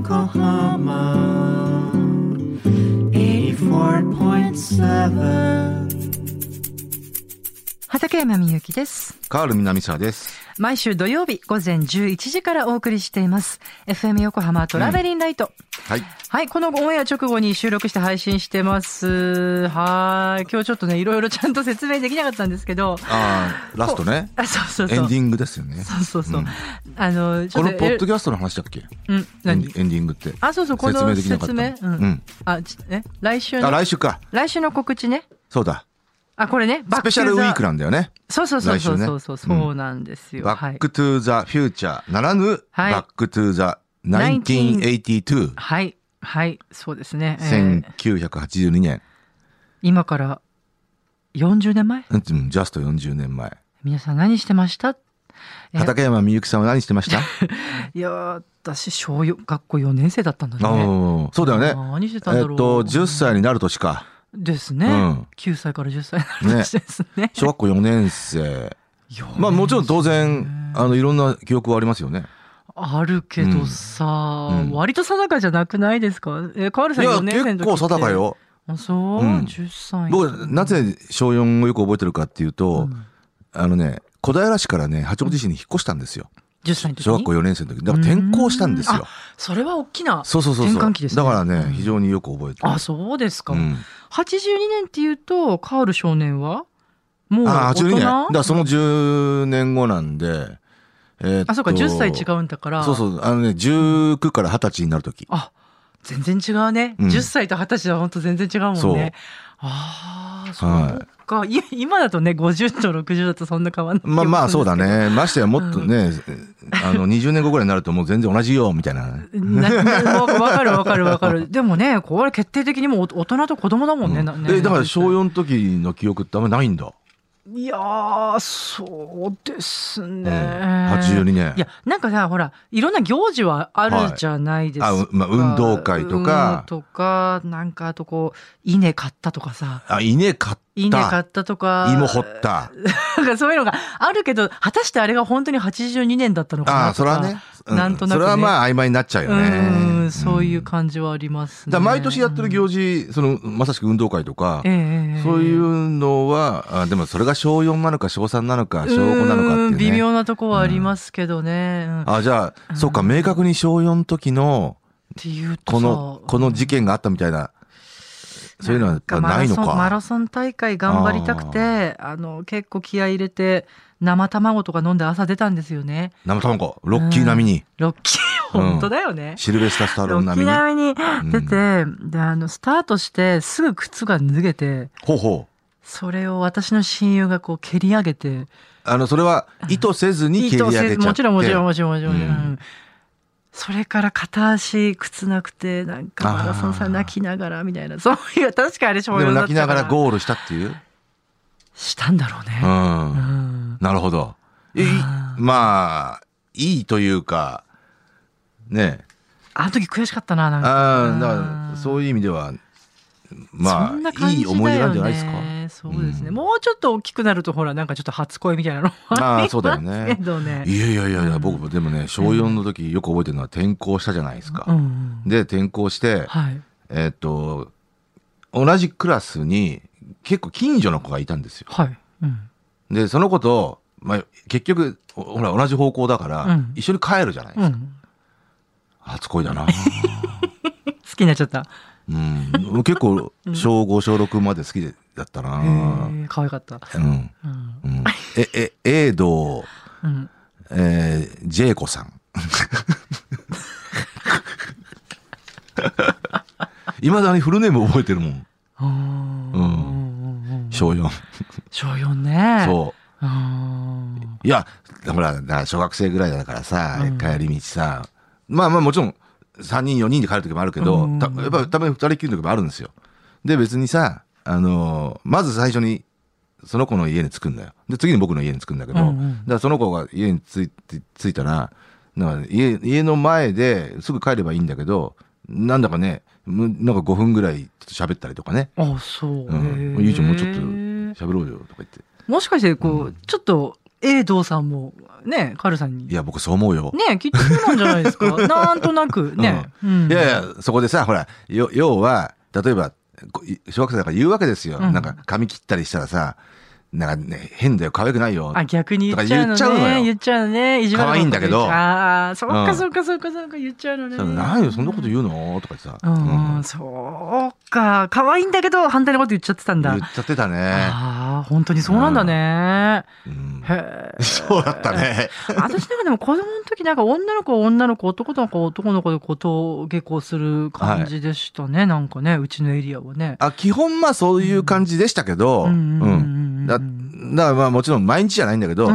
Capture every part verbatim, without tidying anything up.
Yokohama eighty-four point seven 畠山みゆきです。 カール南沢です。 毎週土曜日午前じゅういちじからお送りしています エフエム 横浜トラベリンライト、 うん、はい、 はい、このオンエア直後に収録して配信してます。はい、今日ちょっとねいろいろちゃんと説明できなかったんですけど、 あラストね、 あそうそうそう、 エンディングですよね。 そうそうそう、うん、 あのこのポッドキャストの話だっけ、うん、何エンディングって、 あそうそう、この説明説明できなかった、 うんうん、あえ来週のあ来週か来週の告知ね。 そうだ、 あこれねスペシャルウィークなんだよね。 そうそうそうそうそうそう、 ね、 そうなんですよ。 バックトゥーザフューチャーならぬ、はい、バックトゥーザせんきゅうひゃくはちじゅうに。 はいはいそうですね、えー、 せんきゅうひゃくはちじゅうにねん、 今からよんじゅうねんまえ、 うん、ジャストよんじゅうねんまえ。 皆さん何してました？ 畠山みゆきさんは何してました？ いや私小学校よねん生だったんだね。 あそうだよね。 何してたんだろう。 えっとじゅっさいになる年かですね、うん、きゅうさいからじゅっさいになる年ですね。ね、 小学校よねん生。まあもちろん当然あのいろんな記憶はありますよね。 あるけどさ、うん、割と定かじゃなくないですか？えカールさんよねん生の時って。いや結構定かよ。あそう、うん、じゅっさい。 僕なぜ小よんをよく覚えてるかっていうと、うん、あのね小平市からね八王子市に引っ越したんですよ。 じゅっさいの時に。 小学校よねん生の時だから転校したんですよ。 それは大きなそうそうそうそう転換期ですね。 だからね、うん、非常によく覚えてる。 あそうですか、うん、はちじゅうにねんっていうとカール少年はもう大人。あはちじゅうにねんだからそのじゅうねんごなんで、えー、っとあそうかじゅっさい違うんだから。 そうそうあのねじゅうきゅうからはたちになる時。 あ全然違うね、うん、じゅっさいとはたちは本当全然違うもんね。そうああそうか、はい、今だとねごじゅうとろくじゅうだとそんな変わんない。 まあまあそうだね。ましてやもっとね、うん、あのにじゅうねんごぐらいになるともう全然同じよみたいな。 なわかるわかるわかる。でもねこれ決定的にも大人と子供だもんね。うん、 えだから小よんの時の記憶ってあんまないんだ。 いやーそうですね、うん、 はちじゅうにねん。 いやなんかさほらいろんな行事はあるじゃないですか、はい、 あまあ、運動会とか、 うん、とかなんかあとこう稲買ったとかさ。 あ稲買った稲買ったとか芋掘ったなんかそういうのがあるけど果たしてあれが本当にはちじゅうにねんだったのかなとか。あそれはね、うん、なんとなく、ね、 それはまあ曖昧になっちゃうよね。 うんそういう感じはありますね。 だ毎年やってる行事そのまさしく運動会とか、えー、そういうのはあでもそれが小よんなのか小さんなのか小ごなのかっていうね微妙なとこはありますけどね、うんうん、あじゃあ、うん、そうか明確に小よんの時のこのこの事件があったみたいなそういうのはないのか。 マラソン大会頑張りたくてあの結構気合い入れて生卵とか飲んで朝出たんですよね。 生卵ロッキー並みに、うん、 ロッキー本当だよね、 うん、シルベスタースタローン並みにロッキー並みに出て、うん、であのスタートしてすぐ靴が脱げてほうほうそれを私の親友がこう蹴り上げてあのそれは意図せずに蹴り上げちゃってもちろんもちろんもちろんもちろん、うんそれから片足靴なくてなんかマラソンさん泣きながらみたいなそういう確かあれ小よんだったから。でも泣きながらゴールしたっていうしたんだろうね、 うんうん、なるほど。いまあいいというかねあの時悔しかったななんかあだからそういう意味ではまあいい思い出なんじゃないですか。 そうですね、うん、もうちょっと大きくなるとほらなんかちょっと初恋みたいなのもありますけどね。あそうだよね。 いやいやいやいや、うん、僕でもね小よんの時よく覚えてるのは転校したじゃないですか、うん、で転校して、はい、えー、っと同じクラスに結構近所の子がいたんですよ、はいうん、でその子と、まあ、結局ほら同じ方向だから、うん、一緒に帰るじゃないですか、うん、初恋だな好きになっちゃった。 うん、結構小ご小ろくまで好きだったな。 可愛かった。 うんうん、ええエイド、うん、えー、ジェイコさんいまだにフルネーム覚えてるもん。うん、小よん小よんね。 そういやだから小学生ぐらいだからさ、うん、帰り道さまあまあもちろんさんにんよにんで帰る時もあるけど、うん、たやっぱたまにふたりきりの時もあるんですよ。で別にさ、あのー、まず最初にその子の家に着くんだよ。で次に僕の家に着くんだけど、うんうん、だからその子が家に着いて着いたらなんか 家, 家の前ですぐ帰ればいいんだけどなんだかねなんかごふんぐらいちょっと喋ったりとかね。 あそう、 うん、ゆうちゃんもうちょっと喋ろうよとか言ってもしかしてこう、うん、ちょっと永道さんもねカールさんにいや僕そう思うよ。 ねきっとそうなんじゃないですかなんとなくね、 うんうん、いやいやそこでさほら要は例えば小学生だから言うわけですよ、うん、なんか髪切ったりしたらさなんかね変だよ可愛くないよあ逆に言っちゃうのね言っちゃうのよ言っちゃうのね意地悪可愛いんだけどああそっかそっかそっかそっか言っちゃうのね何よそんなこと言うのとかさ、 うん、うん、そうか可愛いんだけど反対のこと言っちゃってたんだ言っちゃってたねああ本当にそうなんだね、 うん、 へえそうだったね私なんかでも子供の時なんか女の子は女の子男の子は男の子でこと下校する感じでしたね、はい、なんかねうちのエリアはねあ基本まあそういう感じでしたけど、うん、うん、だだからまあもちろん毎日じゃないんだけど、うん、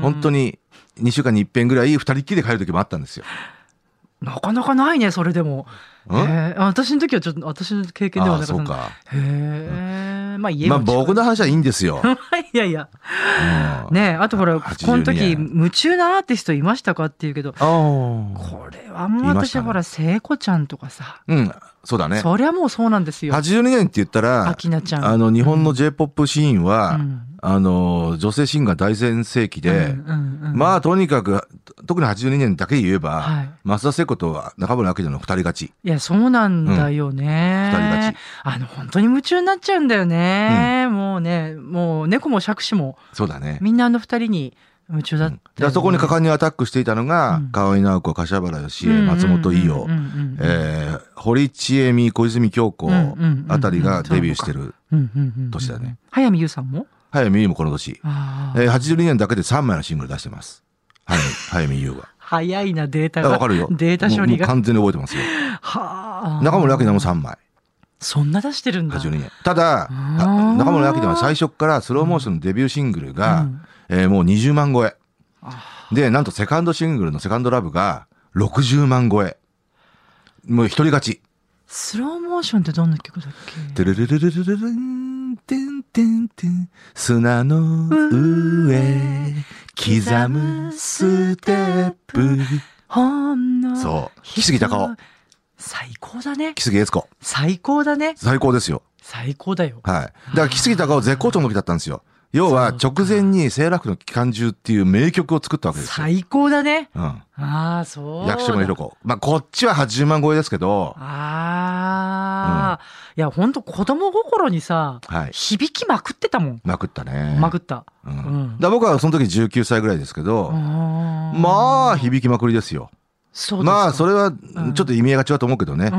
本当ににしゅうかんに一遍ぐらい二人っきりで帰る時もあったんですよ。 なかなかないねそれでも。へ私の時はちょっと私の経験ではなかった。 そうか。 へえ、うん、まあ家まあ僕の話はいいんですよ。 いやいや。うん、ねあとほらこの時夢中なアーティストいましたかって言うけど、これはもう私はほら聖子ちゃんとかさ。 うんそうだね。 そりゃもうそうなんですよ。 はちじゅうにねんって言ったら、 あきなちゃんあの日本の J-ポップ シーンは、うん、あの女性シンガー大全盛期で、うんうんうん、まあとにかく特にはちじゅうにねんだけ言えば、はい、松田聖子と中村明菜の二人勝ち。 いやそうなんだよね。 うん、二人勝ち。 あの本当に夢中になっちゃうんだよね。うん、もうねもう猫も杓子もそうだね。 みんなあの二人に。夢中だった、ねうん、そこに果敢にアタックしていたのが、うん、河合直子、柏原芳恵、松本伊代、堀ちえみ、小泉京子あたりがデビューしてる年だね。 早見優さんも早見優もこの年、えー、はちじゅうにねんだけでさんまいのシングル出してます。早見優は。 早いなデータが。 わかるよ。 データ処理が。 完全に覚えてますよ。は中村明菜もさんまい。 そんな出してるんだ。 はちじゅうにねん。ただ、中村明菜は最初からスローモーションのデビューシングルが、うんえー、もうにじゅうまん超え。で、なんとセカンドシングルのセカンドラブがろくじゅうまん超え。もう一人勝ち。 スローモーションってどんな曲だっけ？ テレレレレレレレン、テンテンテン、砂の上、刻むステップ。 ほんの。 そう。木杉隆夫。 最高だね。 木杉悦子。 最高だね。 最高ですよ。 最高だよ。 はい。だから木杉隆夫絶好調の時だったんですよ。要は直前にセーラー服の機関銃っていう名曲を作ったわけですよ。 最高だね。 うん。ああ、そう。 薬師丸ひろ子。まあこっちははちじゅうまん超えですけど。 ああ、うん、いや本当子供心にさ、はい、響きまくってたもん。 まくったね。 まくった。 うん。うん、だ僕はその時じゅうきゅうさいぐらいですけど、まあ響きまくりですよ。 そうですか。 まあそれはちょっと意味合いが違うと思うけどね、うん、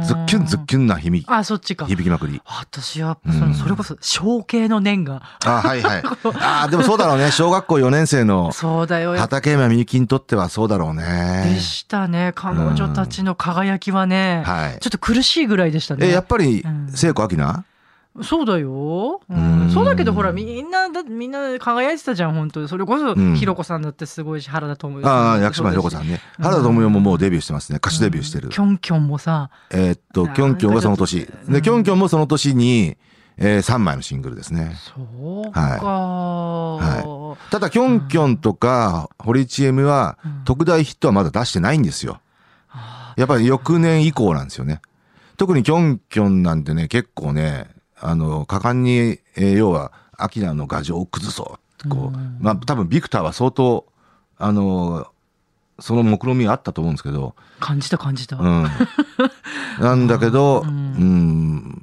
ズッキュンズッキュンな響き。 あそっちか。 響きまくり。 私はその、うん、それこそ小系の念が。 あはいはい。あでもそうだろうね。小学校よねん生の畠山みゆきにとってはそうだろうね。 でしたね。彼女たちの輝きはね、うんはい、ちょっと苦しいぐらいでしたね。 えやっぱり聖子明菜。 そうだよ、うん、そうだけどほらみんなだみんな輝いてたじゃん本当に。それこそひろこさんだってすごいし、原田知世さん、 ああ薬師丸ひろ子さんね、原田知世ももうデビューしてますね。歌手デビューしてる。 キョンキョンもさえー、っとキョンキョンがその年でキョンキョンもその年に、えー、さんまいのシングルですね。 そうか、 はいはい、ただキョンキョンとか堀ちえみは特大ヒットはまだ出してないんですよ。やっぱり翌年以降なんですよね。特にキョンキョンなんてね結構ねあの果敢に、えー、要は明菜の牙城を崩そうこう、まあ多分ビクターは相当あのその目論見みあったと思うんですけど、 感じた感じた、 うん、なんだけど、うん、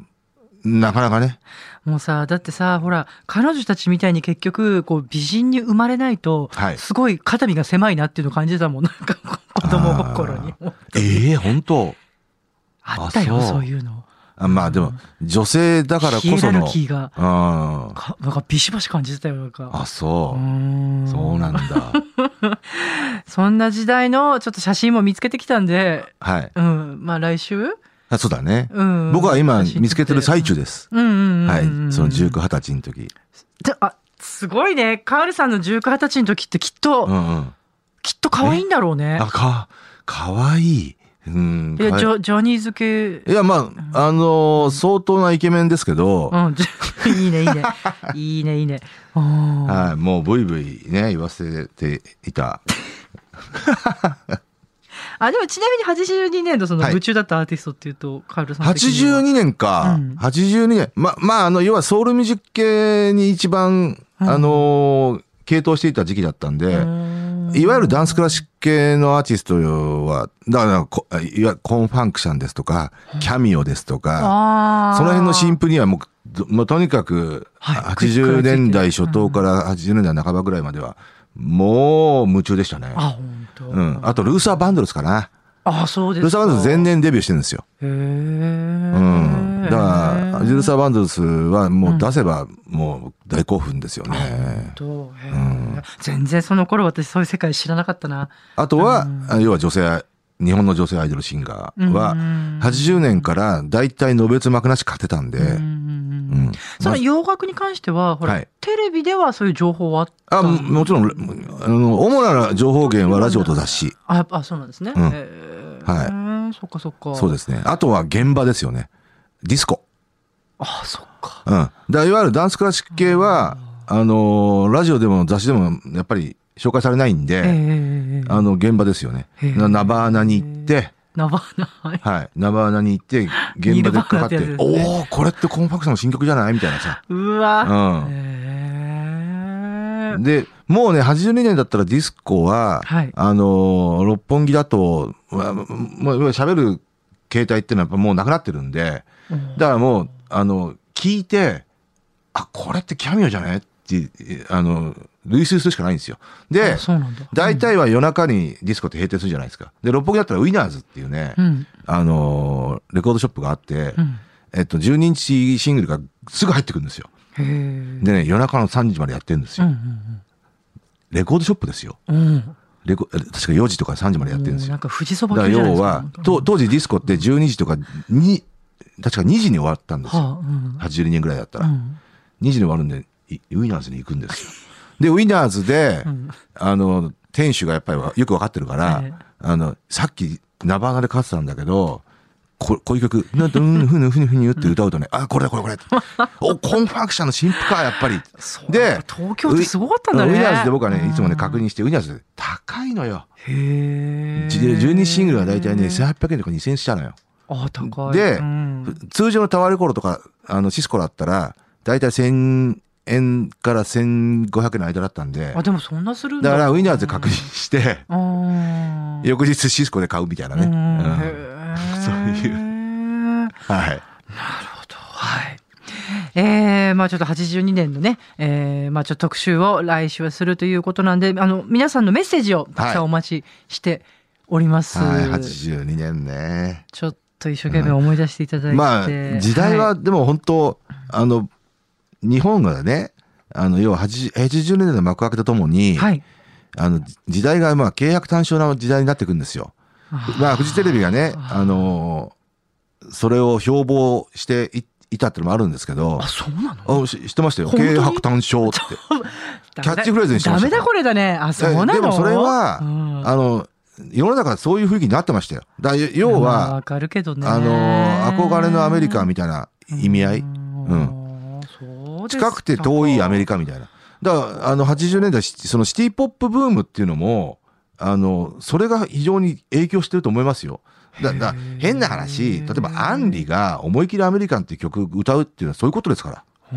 なかなかね。 もうさだってさほら彼女たちみたいに結局こう美人に生まれないと、はい、すごい肩身が狭いなっていうのを感じたもんなんか子供心に。 ええー、本当あったよ そ, そういうの。 あまあでも女性だからこそのヒエラルキーがかなんかビシバシ感じてたよなんか。 あそううんそうなんだそんな時代のちょっと写真も見つけてきたんで、 はいうん、まあ来週あそうだね、うん、僕は今見つけてる最中です。 うんうんうんうん、 はいそのじゅうきゅう、はたちの時。 あすごいねカールさんのじゅうきゅう、はたちの時ってきっと、うんうん、きっと可愛いんだろうね。 あかかわいい。うん、 いやジ ョ, ジャニーズ系いやまああのー、相当なイケメンですけど、 うん、いいねいいねいいねいいねはいもうブイブイね言わせていたあでもちなみにはちじゅうにねんのその夢中だったアーティストっていうと、はい、カールさんはちじゅうにねんか、うん、はちじゅうにねんままああの要はソウルミュージック系に一番、うん、あのー傾倒していた時期だったんで、いわゆるダンスクラシック系のアーティストは、だからこ、いわゆるコンファンクションですとか、キャミオですとか、その辺の新譜にはもう、もうとにかく、はちじゅうねんだい初頭からはちじゅうねんだい半ばぐらいまでは、もう夢中でしたね。 あ、本当。 うん。あと、ルーサー・バンドルスかな。 あ、そうですか。 ルーサー・バンドルス前年デビューしてるんですよ。 へー。 うん。だから、ルーサー・バンドルスはもう出せばもう大興奮ですよね。 うん、へー、うん、全然その頃私そういう世界知らなかったな。 あとは、うん、要は女性、日本の女性アイドルシンガーは、はちじゅうねんからだいたいのべつ幕なし勝てたんで、うんうん、 その洋楽に関しては、ほら、はい、テレビではそういう情報はあったあ、もちろん、あの、主な情報源はラジオと雑誌。 あ、あ、そうなんですね。うん、へはい。 そっかそっか。 そうですね。あとは現場ですよね。ディスコ。 あ、そっか。 うん。だからいわゆるダンスクラシック系は、あのー、ラジオでも雑誌でもやっぱり紹介されないんで、えー、あの、現場ですよね。ナバーナに行って、 ナバーナ、はい。 はい。ナバーナに行って、現場でかかって、ね、おー、これってコンパクトの新曲じゃないみたいなさ。 うわ。 うん。えー、で、もうね、はちじゅうにねんだったらディスコは、はい、あのー、六本木だと、もう喋る携帯っていうのはやっぱもうなくなってるんで、うん、だからもう、あの、聞いて、あ、これってキャミオじゃねって、あの、類推するしかないんですよ。で、大体は夜中にディスコって閉店するじゃないですか。で、六本木だったらウィナーズっていうね、うん、あの、レコードショップがあって、うん、えっと、じゅうにインチシングルがすぐ入ってくるんですよ。でね、夜中のさんじまでやってるんですよ。うんうんうん、レコードショップですよ。うんレコ確かよじとかさんじまでやってるんですよ。 なんか富士そば系じゃないですか。 だから要は、当時ディスコってじゅうにじとかに、確かにじに終わったんですよ。はあうん、はちじゅうにねんぐらいだったら。うん、にじに終わるんで、ウィナーズに行くんですよ。で、ウィナーズで、うん、あの、店主がやっぱりよくわかってるから、えー、あの、さっきナバーナで勝ってたんだけど、ここういう曲、なんと、うん、ふぬふぬふぬって歌うとね、あ、これだこれこれ。お、コンファクションの新譜か、やっぱり。 で、東京ってすごかったんだね。 ウィナーズで僕はね、いつもね、確認して、ウィナーズで高いのよ。へー。じゅうにシングルが大体ね、せんはっぴゃくえんとかにせんえんしたのよ。 あ、高い。 で、うん、通常のタワーレコードとか、あの、シスコだったら、大体せんえんからせんごひゃくえんの間だったんで。 あ、でもそんなするんだ。 だから、ウィナーズで確認して、翌日シスコで買うみたいなね。うん、そういう。はい。なるほど。はい。えー、まあちょっとはちじゅうにねんのね、えー、まあちょっと特集を来週はするということなんで、あの、皆さんのメッセージをたくさんお待ちしております。 はい、はちじゅうにねんね。 ちょっと一生懸命思い出していただいて。うん、 まあ、時代はでも本当、はい、あの、日本がね、あの、要ははちじゅうねんだいの幕開けとともに、はい、あの、時代がまあ契約単勝な時代になっていくんですよ。まあ、フジテレビがね、あの、それを標榜していいたってのもあるんですけど。 あ、そうなの？ あ、知ってましたよ。軽薄単勝って。キャッチフレーズにしてました。 ダメだこれだね。あ、そうなの？ でもそれは、うん、あの、世の中そういう雰囲気になってましたよ。だ要は、 わかるけどね。 あの、憧れのアメリカみたいな意味合い。うん。そうですか。近くて遠いアメリカみたいな。だから、あの、はちじゅうねんだい、そのシティポップブームっていうのも、あの、それが非常に影響してると思いますよ。だだ変な話、例えばアンリが思い切りアメリカンっていう曲を歌うっていうのはそういうことですから。うん、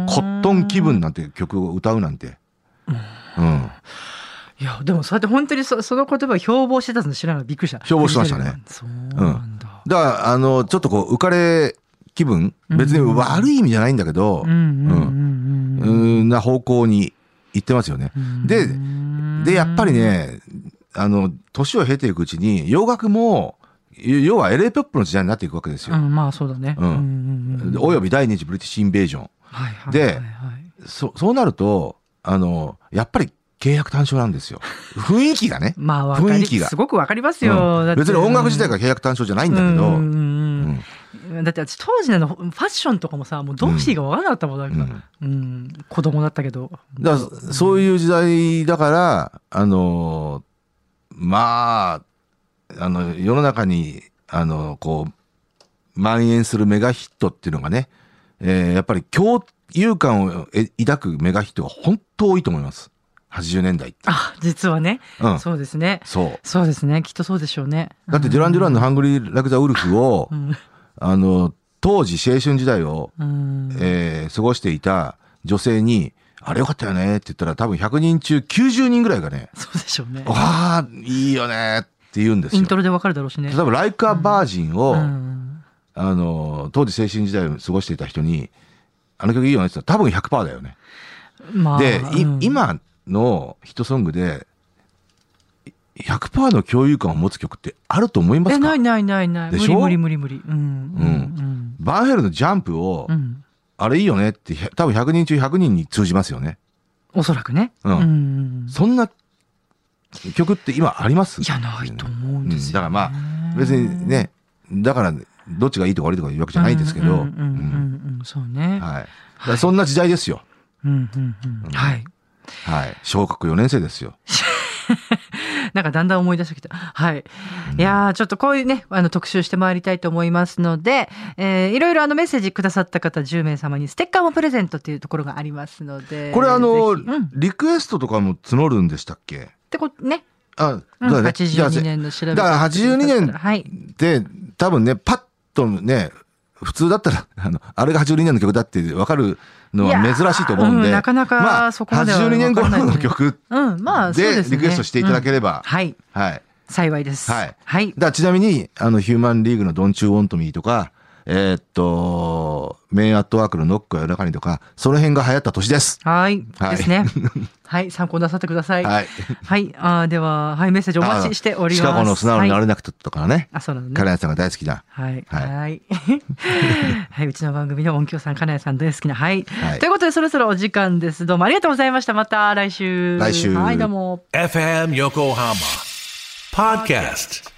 コットン気分なんて曲を歌うなんて。うん。 いや、でもそうやって本当に そ, その言葉を標榜してたの知らないのびっくりした。 標榜しましたね。そうなんだ。うん、だから、あの、ちょっとこう、浮かれ気分、別に悪い意味じゃないんだけど、うん、な方向に行ってますよね。で、で、やっぱりね、あの、年を経ていくうちに、洋楽も、要は エルエー ポップの時代になっていくわけですよ。 うん、まあそうだね。うん。 および第二次ブリティッシュインベージョン。はいはい。で、そ、そうなると、あの、やっぱり契約単勝なんですよ。雰囲気がね。 まあ雰囲気が。すごくわかりますよ。 うん、だって別に音楽自体が契約単勝じゃないんだけど。うん。 うん、だって当時のファッションとかもさ、もうどうしていいかわからなかったもん、なんか、うん、うん、子供だったけど。 だからそういう時代だから、あの、まあ、あの、世の中に、あの、こう、蔓延するメガヒットっていうのがね、えー、やっぱり共有感を抱くメガヒットが本当多いと思います。はちじゅうねんだいって。 あ、実はね。うん。そうですね。そう。そうですね。きっとそうでしょうね。 だってデュラン・デュランのハングリー・ラク・ザ・ウルフを、うん、あの、当時青春時代を、うん、えー、過ごしていた女性に、 あれよかったよねって言ったら多分ひゃくにん中きゅうじゅうにんぐらいがね、 そうでしょうね。 わあいいよねって言うんですよ。 イントロでわかるだろうしね。 例えばライカーバージンを、 うん、 あの当時青春時代を過ごしていた人にあの曲いいよねって言ったら多分 ひゃくパーセント だよね。 まあ、 で、 うん、 今のヒットソングで ひゃくパーセント の共有感を持つ曲ってあると思いますか？ えないないないない。 でしょ？ 無理無理無理無理。うんうんうん、 バンヘルのジャンプを、うん、あれいいよねって多分ひゃくにん中ひゃくにんに通じますよね。 おそらくね。 うん。うん、そんな曲って今あります？ いやないと思うんですよ、ねうん。 だからまあ別にね、だからどっちがいいとか悪いとかいうわけじゃないんですけど、 そうね。 はい。だからそんな時代ですよ。 うんうんうん、はい。 はい。小学よねん生ですよ。 なんかだんだん思い出してきた。はい。いやー、ちょっとこういうね、あの特集してまいりたいと思いますので、えー、いろいろあのメッセージくださった方じゅうめい様にステッカーもプレゼントっていうところがありますので。 これあの、 うん、 リクエストとかも募るんでしたっけ？ ってことね。 あ、 うん、だね。はちじゅうにねんの調べだからはちじゅうにねんって多分ね、パッとね、普通だったら、あの、あれがはちじゅうにねんの曲だって分かるのは珍しいと思うんで、 うん、なかなかそこまではまあ、はちじゅうにねん頃の曲でリクエストしていただければ、 はい。 はい。 幸いです。 はい。 はい。 だちなみに、あの、ヒューマンリーグの Don't You Want Me とか、えー、っと、メインアットワークのノックは夜中にとか、その辺が流行った年です。 はい。はい、ですね。はい。参考なさってください。はい。はい。あでは、はい。メッセージお待ちしております。 シカゴの素直になれなくてとかね。はい、 あ、そうなのね。 金谷さんが大好きな。 はい。はい。はい。はい。うちの番組の音響さん、金谷さん大好きな。はい。はい、ということで、そろそろお時間です。どうもありがとうございました。また来週。 来週。 はい、どうも。 エフエム Yokohama Podcast